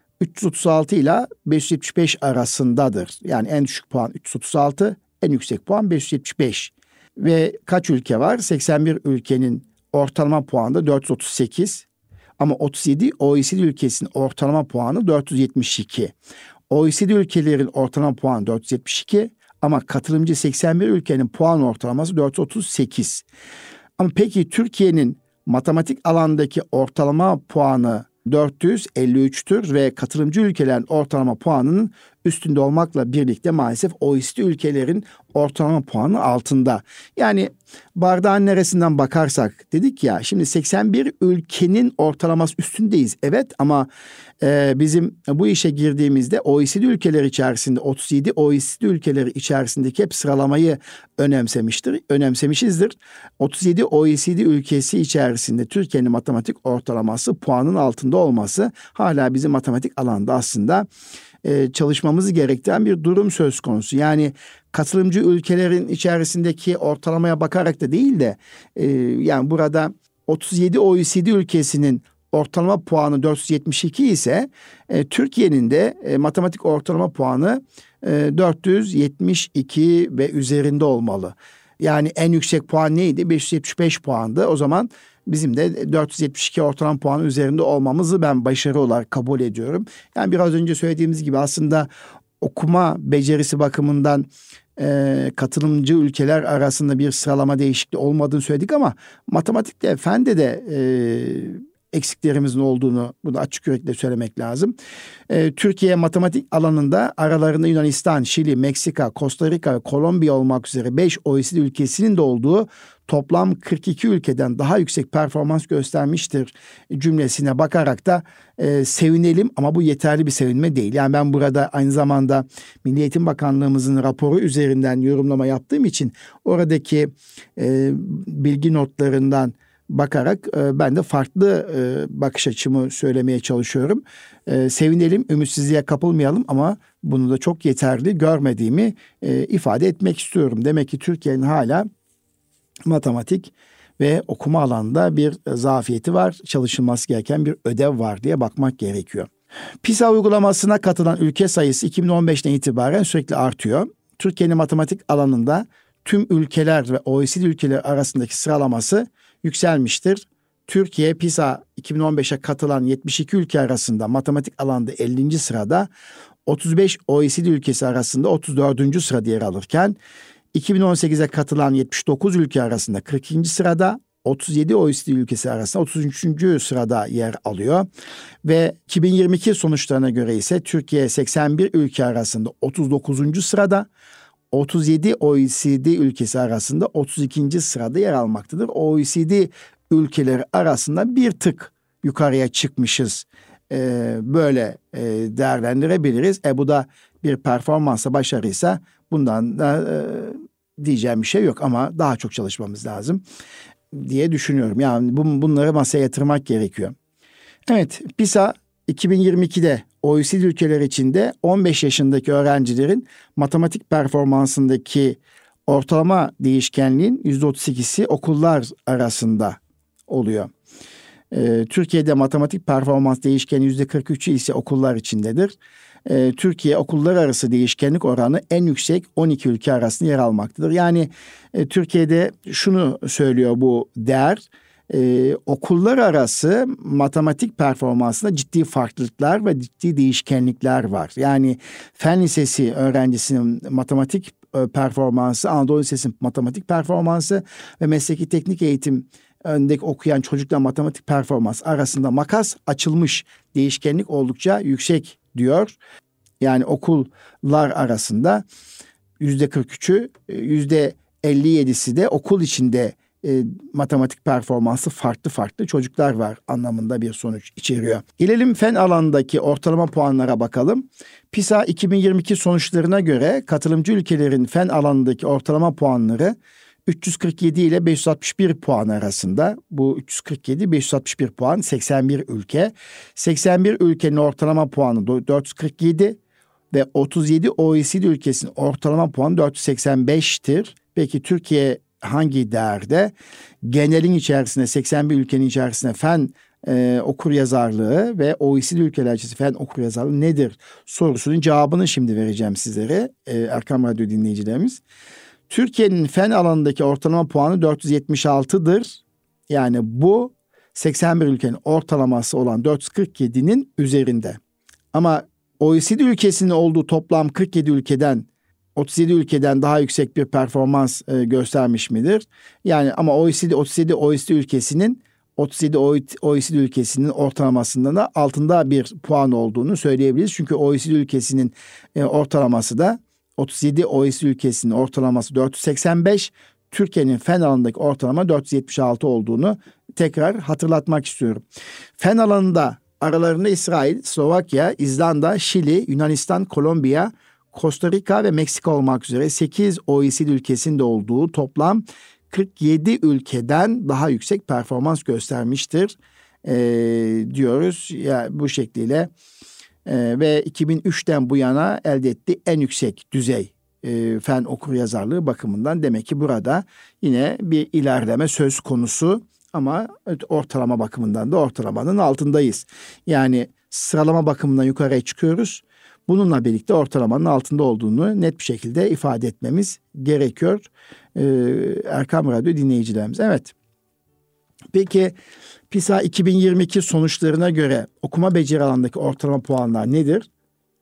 336 ile 575 arasındadır. Yani en düşük puan 336, en yüksek puan 575. Ve kaç ülke var? 81 ülkenin ortalama puanı da 438. Ama 37 OECD ülkesinin ortalama puanı 472. OECD ülkelerin ortalama puanı 472 ama katılımcı 81 ülkenin puan ortalaması 438. Ama peki Türkiye'nin matematik alandaki ortalama puanı 453'tür ve katılımcı ülkelerin ortalama puanının üstünde olmakla birlikte maalesef OECD ülkelerin ortalama puanı altında. Yani bardağın neresinden bakarsak dedik ya, şimdi 81 ülkenin ortalaması üstündeyiz. Evet, ama bizim bu işe girdiğimizde OECD ülkeleri içerisinde 37 OECD ülkeleri içerisindeki hep sıralamayı önemsemişizdir. 37 OECD ülkesi içerisinde Türkiye'nin matematik ortalaması puanın altında olması hala bizim matematik alanda aslında çalışmamızı gerektiren bir durum söz konusu. Yani katılımcı ülkelerin içerisindeki ortalamaya bakarak da değil de yani burada 37 OECD ülkesinin ortalama puanı 472 ise Türkiye'nin de matematik ortalama puanı 472 ve üzerinde olmalı. Yani en yüksek puan neydi? 575 puandı. O zaman bizim de 472 ortalama puanı üzerinde olmamızı ben başarı olarak kabul ediyorum. Yani biraz önce söylediğimiz gibi aslında okuma becerisi bakımından katılımcı ülkeler arasında bir sıralama değişikliği olmadığını söyledik ama matematikte, fende de eksiklerimizin olduğunu bunu açık yürekle söylemek lazım. Türkiye matematik alanında aralarında Yunanistan, Şili, Meksika, Costa Rica ve Kolombiya olmak üzere 5 OECD ülkesinin de olduğu toplam 42 ülkeden daha yüksek performans göstermiştir cümlesine bakarak da sevinelim, ama bu yeterli bir sevinme değil. Yani ben burada aynı zamanda Milli Eğitim Bakanlığımızın raporu üzerinden yorumlama yaptığım için oradaki bilgi notlarından bakarak ben de farklı bakış açımı söylemeye çalışıyorum. Sevinelim, ümitsizliğe kapılmayalım, ama bunu da çok yeterli görmediğimi ifade etmek istiyorum. Demek ki Türkiye'nin hala matematik ve okuma alanında bir zafiyeti var, çalışılması gereken bir ödev var diye bakmak gerekiyor. PISA uygulamasına katılan ülke sayısı 2015'ten itibaren sürekli artıyor. Türkiye'nin matematik alanında tüm ülkeler ve OECD ülkeleri arasındaki sıralaması yükselmiştir. Türkiye PISA 2015'e katılan 72 ülke arasında matematik alanda 50. sırada, 35 OECD ülkesi arasında 34. sırada yer alırken 2018'e katılan 79 ülke arasında 40. sırada, 37 OECD ülkesi arasında 33. sırada yer alıyor. Ve 2022 sonuçlarına göre ise Türkiye 81 ülke arasında 39. sırada, 37 OECD ülkesi arasında 32. sırada yer almaktadır. OECD ülkeleri arasında bir tık yukarıya çıkmışız. Böyle değerlendirebiliriz. Bu da bir performansa başarıysa bundan da diyeceğim bir şey yok, ama daha çok çalışmamız lazım diye düşünüyorum. Yani bunları masaya yatırmak gerekiyor. Evet, PISA 2022'de OECD ülkeleri içinde 15 yaşındaki öğrencilerin matematik performansındaki ortalama değişkenliğin %38'i okullar arasında oluyor. Türkiye'de matematik performans değişkeni %43'ü ise okullar içindedir. Türkiye okullar arası değişkenlik oranı en yüksek 12 ülke arasında yer almaktadır. Yani Türkiye'de şunu söylüyor bu değer. Okullar arası matematik performansında ciddi farklılıklar ve ciddi değişkenlikler var. Yani Fen Lisesi öğrencisinin matematik performansı, Anadolu Lisesi'nin matematik performansı ve mesleki teknik eğitim öndeki okuyan çocukla matematik performans arasında makas açılmış, değişkenlik oldukça yüksek diyor. Yani okullar arasında %43'ü, %57'si de okul içinde matematik performansı farklı çocuklar var anlamında bir sonuç içeriyor. Gelelim fen alanındaki ortalama puanlara bakalım. PISA 2022 sonuçlarına göre katılımcı ülkelerin fen alanındaki ortalama puanları 347 ile 561 puan arasında. Bu 347-561 puan 81 ülke. 81 ülkenin ortalama puanı 447 ve 37 OECD ülkesinin ortalama puanı 485'tir. Peki Türkiye hangi değerde? Genelin içerisinde 81 ülkenin içerisinde fen okuryazarlığı ve OECD ülkeler içerisinde fen okuryazarlığı nedir sorusunun cevabını şimdi vereceğim sizlere Erkam Radyo dinleyicilerimiz. Türkiye'nin fen alanındaki ortalama puanı 476'dır. Yani bu 81 ülkenin ortalaması olan 447'nin üzerinde. Ama OECD ülkesinin olduğu toplam 47 ülkeden 37 ülkeden daha yüksek bir performans göstermiş midir? Yani ama OECD ülkesinin 37 OECD ülkesinin ortalamasından da altında bir puan olduğunu söyleyebiliriz. Çünkü OECD ülkesinin ortalaması da 37 OECD ülkesinin ortalaması 485, Türkiye'nin fen alanındaki ortalama 476 olduğunu tekrar hatırlatmak istiyorum. Fen alanında aralarında İsrail, Slovakya, İzlanda, Şili, Yunanistan, Kolombiya, Costa Rica ve Meksika olmak üzere 8 OECD ülkesinde olduğu toplam 47 ülkeden daha yüksek performans göstermiştir diyoruz. Yani bu şekliyle ve 2003'ten bu yana elde ettiği en yüksek düzey fen okuryazarlığı bakımından demek ki burada yine bir ilerleme söz konusu ama ortalama bakımından da ortalamanın altındayız. Yani sıralama bakımından yukarıya çıkıyoruz. Bununla birlikte ortalamanın altında olduğunu net bir şekilde ifade etmemiz gerekiyor. Erkam Radyo dinleyicilerimiz. Evet. Peki PISA 2022 sonuçlarına göre okuma beceri alanındaki ortalama puanlar nedir?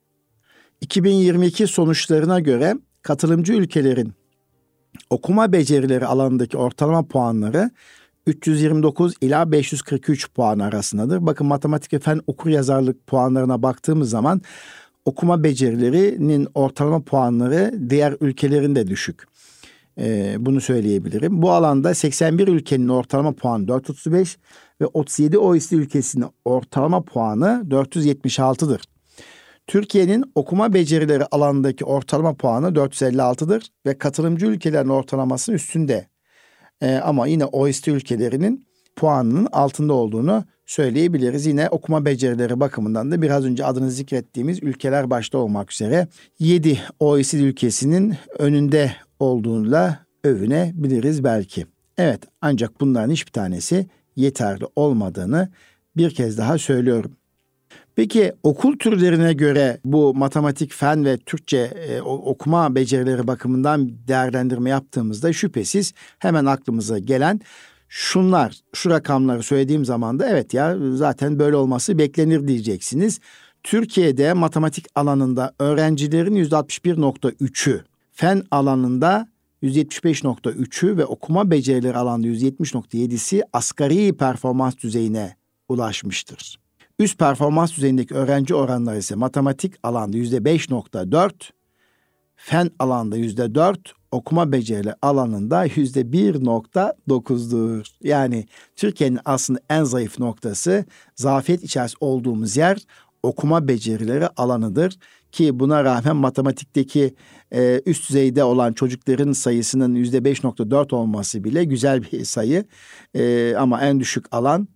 2022 sonuçlarına göre katılımcı ülkelerin okuma becerileri alanındaki ortalama puanları 329 ila 543 puan arasındadır. Bakın matematik ve fen okuryazarlık puanlarına baktığımız zaman okuma becerilerinin ortalama puanları diğer ülkelerin de düşük. Bunu söyleyebilirim. Bu alanda 81 ülkenin ortalama puanı 435 ve 37 OECD ülkesinin ortalama puanı 476'dır. Türkiye'nin okuma becerileri alanındaki ortalama puanı 456'dır ve katılımcı ülkelerin ortalamasının üstünde. Ama yine OECD ülkelerinin puanının altında olduğunu söyleyebiliriz. Yine okuma becerileri bakımından da biraz önce adını zikrettiğimiz ülkeler başta olmak üzere 7 OECD ülkesinin önünde olduğuyla övünebiliriz belki. Evet, ancak bunların hiçbir tanesi yeterli olmadığını bir kez daha söylüyorum. Peki okul türlerine göre bu matematik, fen ve Türkçe okuma becerileri bakımından değerlendirme yaptığımızda şüphesiz hemen aklımıza gelen şunlar, şu rakamları söylediğim zaman da evet ya zaten böyle olması beklenir diyeceksiniz. Türkiye'de matematik alanında öğrencilerin %61.3'ü, fen alanında %75.3'ü ve okuma becerileri alanında %70.7'si asgari performans düzeyine ulaşmıştır. Üst performans düzeyindeki öğrenci oranları ise matematik alanda %5.4, fen alanda %4, okuma becerileri alanında %1.9'dur. Yani Türkiye'nin aslında en zayıf noktası, zafiyet içerisinde olduğumuz yer okuma becerileri alanıdır. Ki buna rağmen matematikteki üst düzeyde olan çocukların sayısının %5.4 olması bile güzel bir sayı. Ama en düşük alan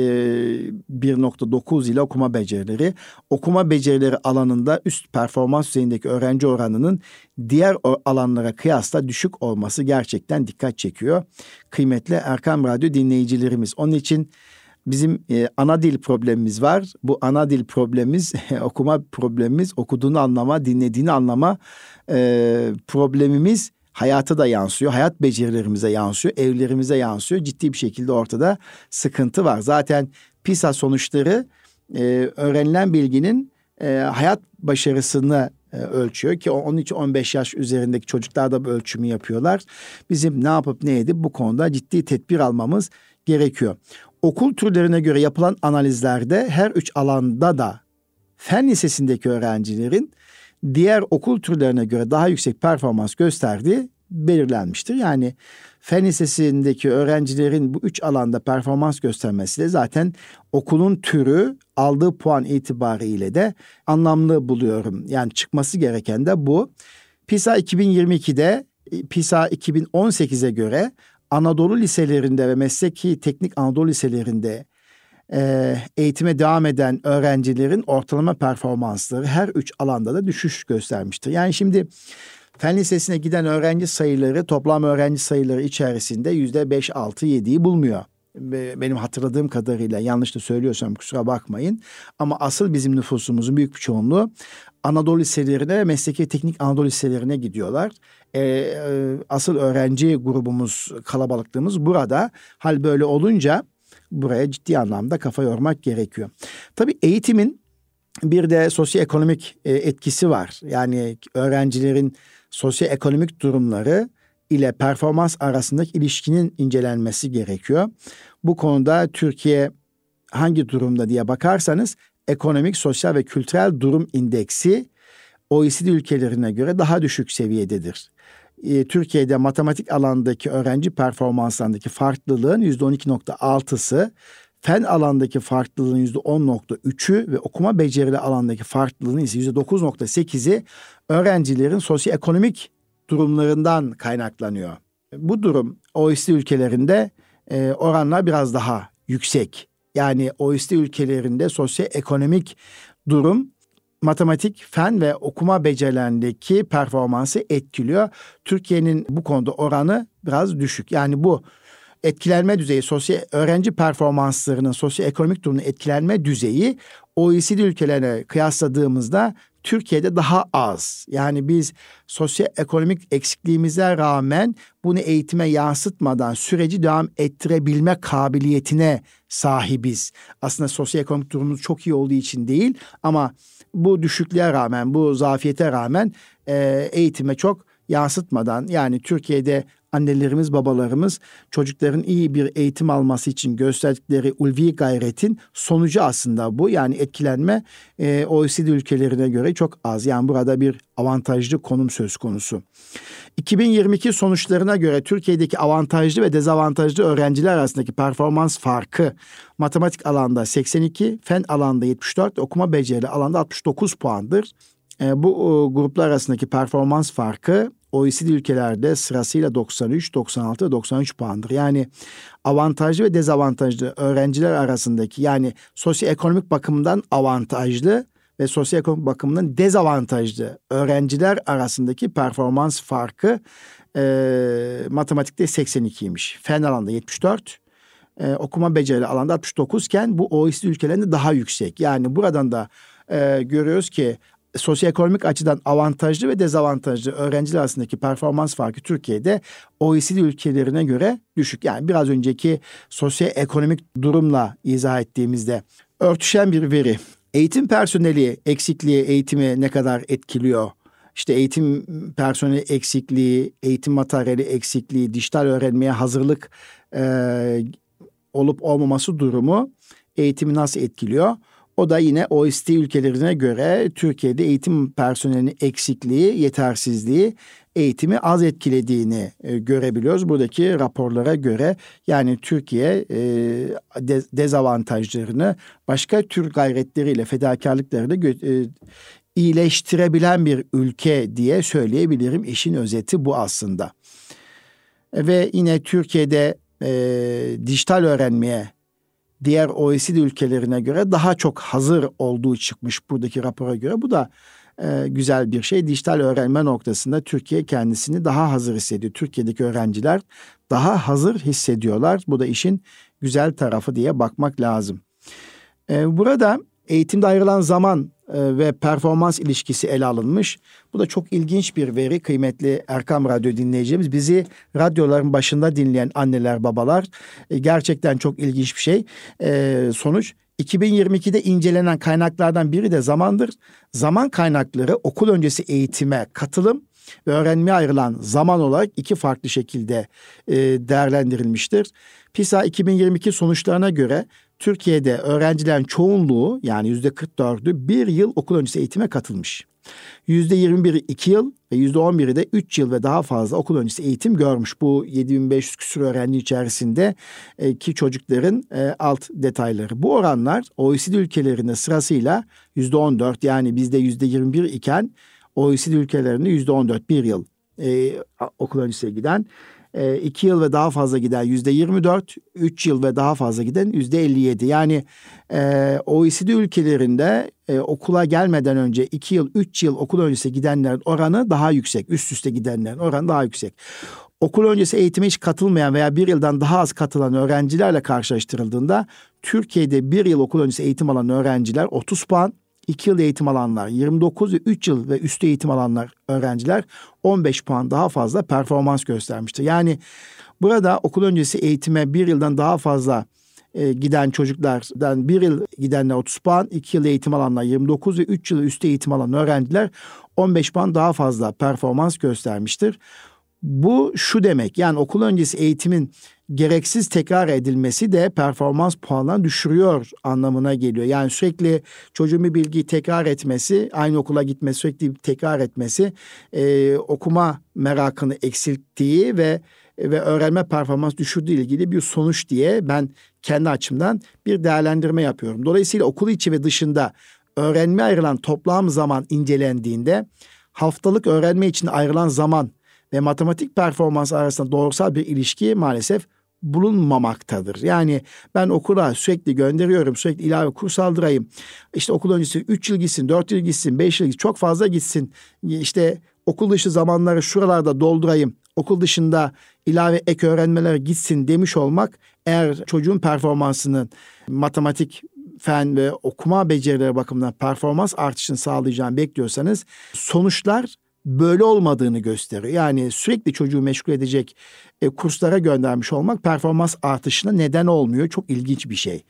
1.9 ile okuma becerileri. Okuma becerileri alanında üst performans düzeyindeki öğrenci oranının diğer alanlara kıyasla düşük olması gerçekten dikkat çekiyor. Kıymetli Erkam Radyo dinleyicilerimiz, onun için bizim ana dil problemimiz var. Bu ana dil problemimiz, okuma problemimiz, okuduğunu anlama, dinlediğini anlama problemimiz hayata da yansıyor. Hayat becerilerimize yansıyor, evlerimize yansıyor. Ciddi bir şekilde ortada sıkıntı var. Zaten PISA sonuçları öğrenilen bilginin hayat başarısını ölçüyor ki onun için 15 yaş üzerindeki çocuklar da bu ölçümü yapıyorlar. Bizim ne yapıp ne edip bu konuda ciddi tedbir almamız gerekiyor. Okul türlerine göre yapılan analizlerde her 3 alanda da fen lisesindeki öğrencilerin diğer okul türlerine göre daha yüksek performans gösterdiği belirlenmiştir. Yani fen lisesindeki öğrencilerin bu 3 alanda performans göstermesi de zaten okulun türü, aldığı puan itibariyle de anlamlı buluyorum. Yani çıkması gereken de bu. PISA 2022'de PISA 2018'e göre Anadolu liselerinde ve mesleki teknik Anadolu liselerinde eğitime devam eden öğrencilerin ortalama performansları her 3 alanda da düşüş göstermiştir. Yani şimdi fen lisesine giden öğrenci sayıları toplam öğrenci sayıları içerisinde %5, 6, 7'yi bulmuyor. Benim hatırladığım kadarıyla, yanlış da söylüyorsam kusura bakmayın. Ama asıl bizim nüfusumuzun büyük bir çoğunluğu Anadolu liselerine, mesleki teknik Anadolu liselerine gidiyorlar. Asıl öğrenci grubumuz, kalabalıklığımız burada. Hal böyle olunca buraya ciddi anlamda kafa yormak gerekiyor. Tabii eğitimin Bir de sosyoekonomik etkisi var. Yani öğrencilerin sosyoekonomik durumları ile performans arasındaki ilişkinin incelenmesi gerekiyor. Bu konuda Türkiye hangi durumda diye bakarsanız ekonomik, sosyal ve kültürel durum indeksi OECD ülkelerine göre daha düşük seviyededir. Türkiye'de matematik alandaki öğrenci performanslarındaki farklılığın %12.6'sı, fen alandaki farklılığın %10.3'ü ve okuma becerileri alandaki farklılığın ise %9.8'i öğrencilerin sosyoekonomik durumlarından kaynaklanıyor. Bu durum OECD ülkelerinde oranlar biraz daha yüksek. Yani OECD ülkelerinde sosyoekonomik durum matematik, fen ve okuma becerilerindeki performansı etkiliyor. Türkiye'nin bu konuda oranı biraz düşük. Yani bu etkilenme düzeyi, öğrenci performanslarının sosyoekonomik durumunun etkilenme düzeyi OECD ülkelerine kıyasladığımızda Türkiye'de daha az. Yani biz sosyoekonomik eksikliğimize rağmen bunu eğitime yansıtmadan süreci devam ettirebilme kabiliyetine sahibiz. Aslında sosyoekonomik durumumuz çok iyi olduğu için değil ama bu düşüklüğe rağmen, bu zafiyete rağmen eğitime çok yansıtmadan, yani Türkiye'de annelerimiz, babalarımız çocukların iyi bir eğitim alması için gösterdikleri ulvi gayretin sonucu aslında bu. Yani etkilenme OECD ülkelerine göre çok az. Yani burada bir avantajlı konum söz konusu. 2022 sonuçlarına göre Türkiye'deki avantajlı ve dezavantajlı öğrenciler arasındaki performans farkı matematik alanda 82, fen alanda 74, okuma beceri alanda 69 puandır. Bu gruplar arasındaki performans farkı OECD ülkelerde sırasıyla 93, 96 ve 93 puandır. Yani avantajlı ve dezavantajlı öğrenciler arasındaki, yani sosyoekonomik bakımdan avantajlı ve sosyoekonomik bakımdan dezavantajlı öğrenciler arasındaki performans farkı matematikte 82'ymiş. Fen alanda 74, okuma beceri alanda 69 iken bu OECD ülkelerinde daha yüksek. Yani buradan da görüyoruz ki sosyoekonomik açıdan avantajlı ve dezavantajlı öğrenciler arasındaki performans farkı Türkiye'de OECD ülkelerine göre düşük. Yani biraz önceki sosyoekonomik durumla izah ettiğimizde örtüşen bir veri. Eğitim personeli eksikliği eğitimi ne kadar etkiliyor? İşte eğitim personeli eksikliği, eğitim materyali eksikliği, dijital öğrenmeye hazırlık olup olmaması durumu eğitimi nasıl etkiliyor? O da yine OECD ülkelerine göre Türkiye'de eğitim personelinin eksikliği, yetersizliği eğitimi az etkilediğini görebiliyoruz. Buradaki raporlara göre yani Türkiye dezavantajlarını başka tür gayretleriyle, fedakarlıklarıyla iyileştirebilen bir ülke diye söyleyebilirim. İşin özeti bu aslında. Ve yine Türkiye'de dijital öğrenmeye diğer OECD ülkelerine göre daha çok hazır olduğu çıkmış buradaki rapora göre. Bu da güzel bir şey. Dijital öğrenme noktasında Türkiye kendisini daha hazır hissediyor. Türkiye'deki öğrenciler daha hazır hissediyorlar. Bu da işin güzel tarafı diye bakmak lazım. Burada eğitimde ayrılan zaman ve performans ilişkisi ele alınmış. Bu da çok ilginç bir veri kıymetli Erkam Radyo dinleyeceğimiz. Bizi radyoların başında dinleyen anneler, babalar, gerçekten çok ilginç bir şey. Sonuç 2022'de incelenen kaynaklardan biri de zamandır. Zaman kaynakları okul öncesi eğitime katılım ve öğrenmeye ayrılan zaman olarak iki farklı şekilde değerlendirilmiştir. PISA 2022 sonuçlarına göre Türkiye'de öğrencilerin çoğunluğu, yani %44'ü bir yıl okul öncesi eğitime katılmış. %21'i 2 yıl ve %11'i de 3 yıl ve daha fazla okul öncesi eğitim görmüş. Bu 7500 küsur öğrenci içerisinde ki çocukların alt detayları. Bu oranlar OECD ülkelerinde sırasıyla %14, yani bizde %21 iken OECD ülkelerinde %14 bir yıl okul öncesi giden. 2 yıl ve daha fazla giden %24, 3 yıl ve daha fazla giden %57. Yani OECD ülkelerinde okula gelmeden önce 2 yıl, 3 yıl okul öncesi gidenlerin oranı daha yüksek. Üst üste gidenlerin oranı daha yüksek. Okul öncesi eğitime hiç katılmayan veya bir yıldan daha az katılan öğrencilerle karşılaştırıldığında Türkiye'de bir yıl okul öncesi eğitim alan öğrenciler 30 puan, 2 yıl eğitim alanlar 29 ve 3 yıl ve üstü eğitim alanlar öğrenciler 15 puan daha fazla performans göstermiştir. Yani burada okul öncesi eğitime bir yıldan daha fazla giden çocuklardan 1 yıl gidenler 30 puan, 2 yıl eğitim alanlar 29 ve 3 yıl üstü eğitim alan öğrenciler 15 puan daha fazla performans göstermiştir. Bu şu demek, yani okul öncesi eğitimin gereksiz tekrar edilmesi de performans puanlarını düşürüyor anlamına geliyor. Yani sürekli çocuğun bir bilgiyi tekrar etmesi, aynı okula gitmesi, sürekli tekrar etmesi okuma merakını eksilttiği ve öğrenme performans düşürdüğü ilgili bir sonuç diye ben kendi açımdan bir değerlendirme yapıyorum. Dolayısıyla okul içi ve dışında öğrenmeye ayrılan toplam zaman incelendiğinde haftalık öğrenme için ayrılan zaman ve matematik performans arasında doğrusal bir ilişki maalesef bulunmamaktadır. Yani ben okula sürekli gönderiyorum, sürekli ilave kurs aldırayım. İşte okul öncesi 3 yıl gitsin, 4 yıl gitsin, 5 yıl gitsin, çok fazla gitsin. İşte okul dışı zamanları şuralarda doldurayım. Okul dışında ilave ek öğrenmeler gitsin demiş olmak, eğer çocuğun performansının matematik, fen ve okuma becerileri bakımından performans artışını sağlayacağını bekliyorsanız sonuçlar böyle olmadığını gösteriyor. Yani sürekli çocuğu meşgul edecek kurslara göndermiş olmak performans artışına neden olmuyor. Çok ilginç bir şey.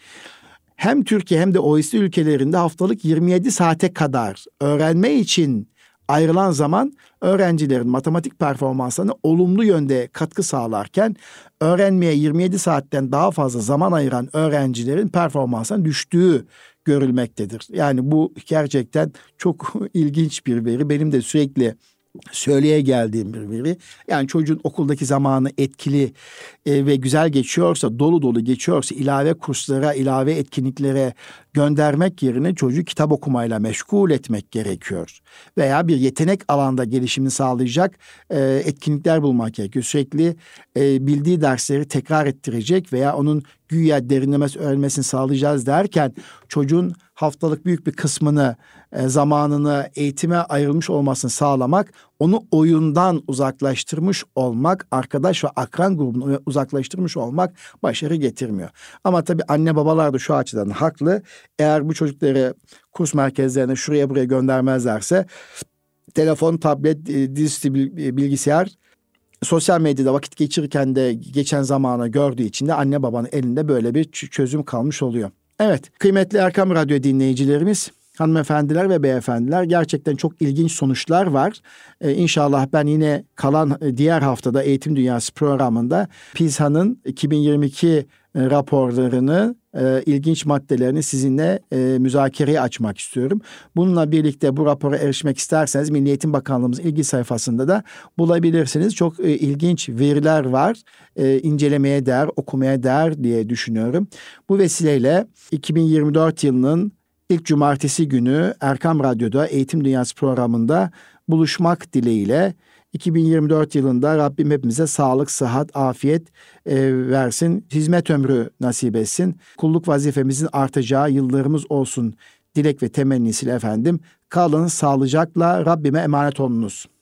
Hem Türkiye hem de OECD ülkelerinde haftalık 27 saate kadar öğrenme için ayrılan zaman öğrencilerin matematik performanslarına olumlu yönde katkı sağlarken öğrenmeye 27 saatten daha fazla zaman ayıran öğrencilerin performansının düştüğü görülmektedir. Yani bu gerçekten çok ilginç bir veri. Benim de sürekli söyleye geldiğim bir veri. Yani çocuğun okuldaki zamanı etkili ve güzel geçiyorsa, dolu dolu geçiyorsa ilave kurslara, ilave etkinliklere göndermek yerine çocuğu kitap okumayla meşgul etmek gerekiyor. Veya bir yetenek alanda gelişimini sağlayacak etkinlikler bulmak gerekiyor. Sürekli bildiği dersleri tekrar ettirecek veya onun güya derinlemesi öğrenmesini sağlayacağız derken çocuğun haftalık büyük bir kısmını, zamanını eğitime ayrılmış olmasını sağlamak, onu oyundan uzaklaştırmış olmak, arkadaş ve akran grubunu uzaklaştırmış olmak başarı getirmiyor. Ama tabii anne babalar da şu açıdan haklı. Eğer bu çocukları kurs merkezlerine şuraya buraya göndermezlerse telefon, tablet, dizüstü bilgisayar, sosyal medyada vakit geçirirken de geçen zamanı gördüğü için de anne babanın elinde böyle bir çözüm kalmış oluyor. Evet, kıymetli Erkam Radyo dinleyicilerimiz, hanımefendiler ve beyefendiler, gerçekten çok ilginç sonuçlar var. İnşallah ben yine kalan diğer haftada Eğitim Dünyası programında PISA'nın 2022 raporlarını, ilginç maddelerini sizinle müzakereye açmak istiyorum. Bununla birlikte bu rapora erişmek isterseniz Milli Eğitim Bakanlığımızın ilgi sayfasında da bulabilirsiniz. Çok ilginç veriler var. İncelemeye değer, okumaya değer diye düşünüyorum. Bu vesileyle 2024 yılının İlk cumartesi günü Erkam Radyo'da Eğitim Dünyası programında buluşmak dileğiyle 2024 yılında Rabbim hepimize sağlık, sıhhat, afiyet versin. Hizmet ömrü nasip etsin. Kulluk vazifemizin artacağı yıllarımız olsun dilek ve temennisiyle efendim. Kalın sağlıcakla, Rabbime emanet olunuz.